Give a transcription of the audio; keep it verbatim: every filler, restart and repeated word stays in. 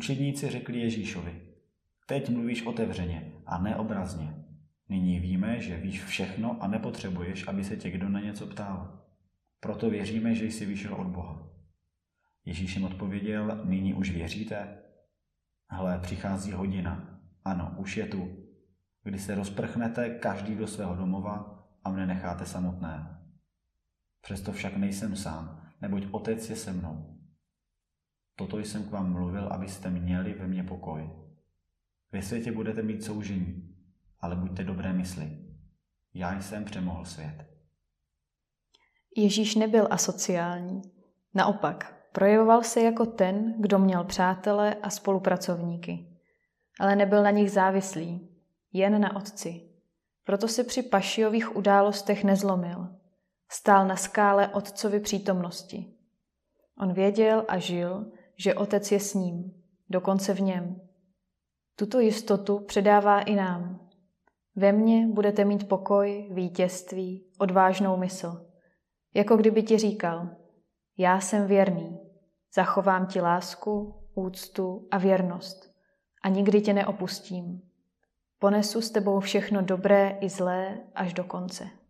Učedníci řekli Ježíšovi: Teď mluvíš otevřeně a neobrazně. Nyní víme, že víš všechno a nepotřebuješ, aby se tě kdo na něco ptal. Proto věříme, že jsi vyšel od Boha. Ježíš jim odpověděl: Nyní už věříte? Hle, přichází hodina. Ano, už je tu, kdy se rozprchnete každý do svého domova a mne necháte samotného. Přesto však nejsem sám, neboť Otec je se mnou. Toto jsem k vám mluvil, abyste měli ve mně pokoj. Ve světě budete mít soužení, ale buďte dobré mysli. Já jsem přemohl svět. Ježíš nebyl asociální. Naopak, projevoval se jako ten, kdo měl přátele a spolupracovníky. Ale nebyl na nich závislý, jen na Otci. Proto se při pašiových událostech nezlomil. Stál na skále Otcovy přítomnosti. On věděl a žil, že Otec je s ním, dokonce v něm. Tuto jistotu předává i nám. Ve mně budete mít pokoj, vítězství, odvážnou mysl. Jako kdyby ti říkal: Já jsem věrný, zachovám ti lásku, úctu a věrnost a nikdy tě neopustím. Ponesu s tebou všechno dobré i zlé až do konce.